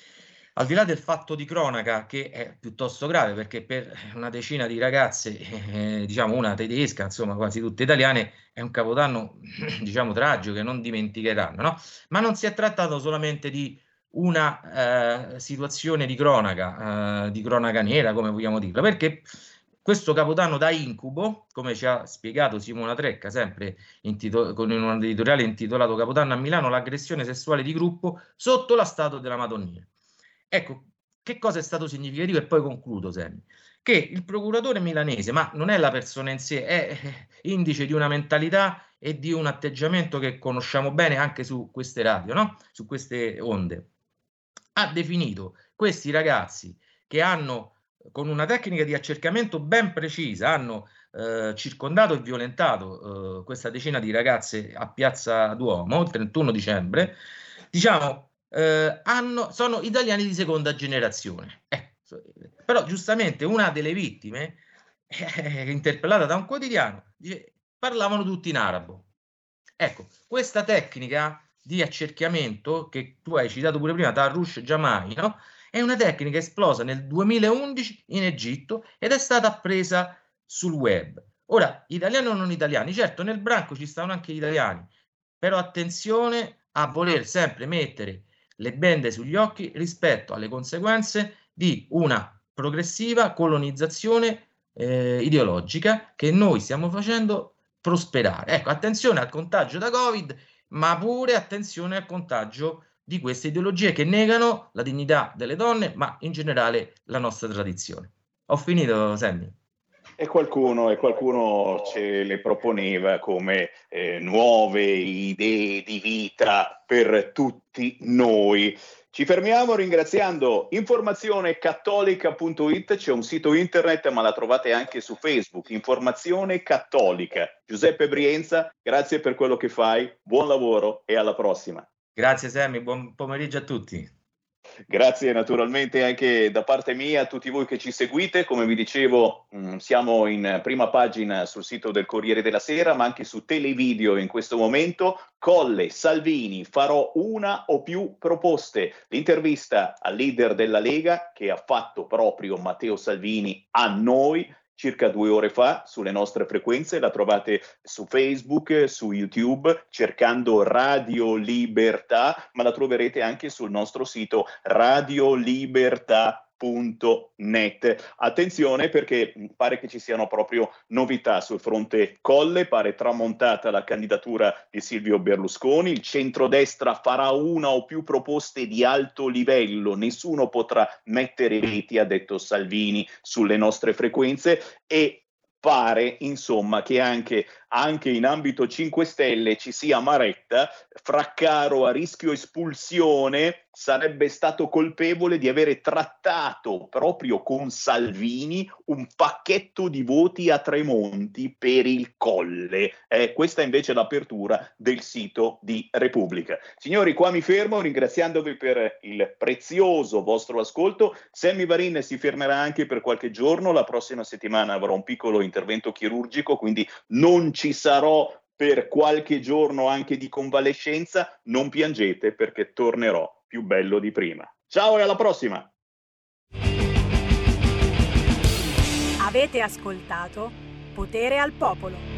al di là del fatto di cronaca, che è piuttosto grave, perché per una decina di ragazze, eh, diciamo una tedesca, insomma quasi tutte italiane, è un Capodanno diciamo tragico che non dimenticheranno, no? Ma non si è trattato solamente di una eh, situazione di cronaca, eh, di cronaca nera, come vogliamo dirla, perché questo Capodanno da incubo, come ci ha spiegato Simona Trecca, sempre con un editoriale intitolato Capodanno a Milano, l'aggressione sessuale di gruppo sotto la statua della Madonnina. Ecco, che cosa è stato significativo? E poi concludo, Semmi, che il procuratore milanese, ma non è la persona in sé, è indice di una mentalità e di un atteggiamento che conosciamo bene anche su queste radio, no? Su queste onde, ha definito questi ragazzi che hanno, con una tecnica di accerchiamento ben precisa, hanno eh, circondato e violentato eh, questa decina di ragazze a Piazza Duomo il trentuno dicembre, diciamo, eh, hanno, sono italiani di seconda generazione. Eh, però giustamente una delle vittime, eh, interpellata da un quotidiano, dice, parlavano tutti in arabo. Ecco, questa tecnica di accerchiamento che tu hai citato pure prima, Tarush Jamai, no? È una tecnica esplosa nel duemilaundici in Egitto ed è stata appresa sul web. Ora, italiani o non italiani, certo nel branco ci stanno anche gli italiani, però attenzione a voler sempre mettere le bende sugli occhi rispetto alle conseguenze di una progressiva colonizzazione eh, ideologica che noi stiamo facendo prosperare. Ecco, attenzione al contagio da Covid, ma pure attenzione al contagio di queste ideologie che negano la dignità delle donne, ma in generale la nostra tradizione. Ho finito, Sammy.
E qualcuno, e qualcuno ce le proponeva come eh, nuove idee di vita per tutti noi. Ci fermiamo ringraziando informazione cattolica punto it, c'è un sito internet ma la trovate anche su Facebook, Informazione Cattolica. Giuseppe Brienza, grazie per quello che fai, buon lavoro e alla prossima.
Grazie Sammy, buon pomeriggio a tutti.
Grazie naturalmente anche da parte mia a tutti voi che ci seguite. Come vi dicevo, mh, siamo in prima pagina sul sito del Corriere della Sera, ma anche su Televideo in questo momento. Colle, Salvini, farò una o più proposte. L'intervista al leader della Lega che ha fatto proprio Matteo Salvini a noi circa due ore fa sulle nostre frequenze, la trovate su Facebook, su YouTube, cercando Radio Libertà, ma la troverete anche sul nostro sito radio libertà punto net. Attenzione perché pare che ci siano proprio novità sul fronte Colle, pare tramontata la candidatura di Silvio Berlusconi, il centrodestra farà una o più proposte di alto livello, nessuno potrà mettere veti, ha detto Salvini sulle nostre frequenze, e pare insomma che anche, anche in ambito cinque Stelle ci sia amaretta. Fraccaro a rischio espulsione sarebbe stato colpevole di avere trattato proprio con Salvini un pacchetto di voti a Tremonti per il Colle. Eh, questa invece è l'apertura del sito di Repubblica. Signori, qua mi fermo ringraziandovi per il prezioso vostro ascolto. Sammy Varin si fermerà anche per qualche giorno, la prossima settimana avrò un piccolo intervento chirurgico, quindi non ci sarò per qualche giorno anche di convalescenza. Non piangete perché tornerò più bello di prima. Ciao e alla prossima!
Avete ascoltato Potere al Popolo.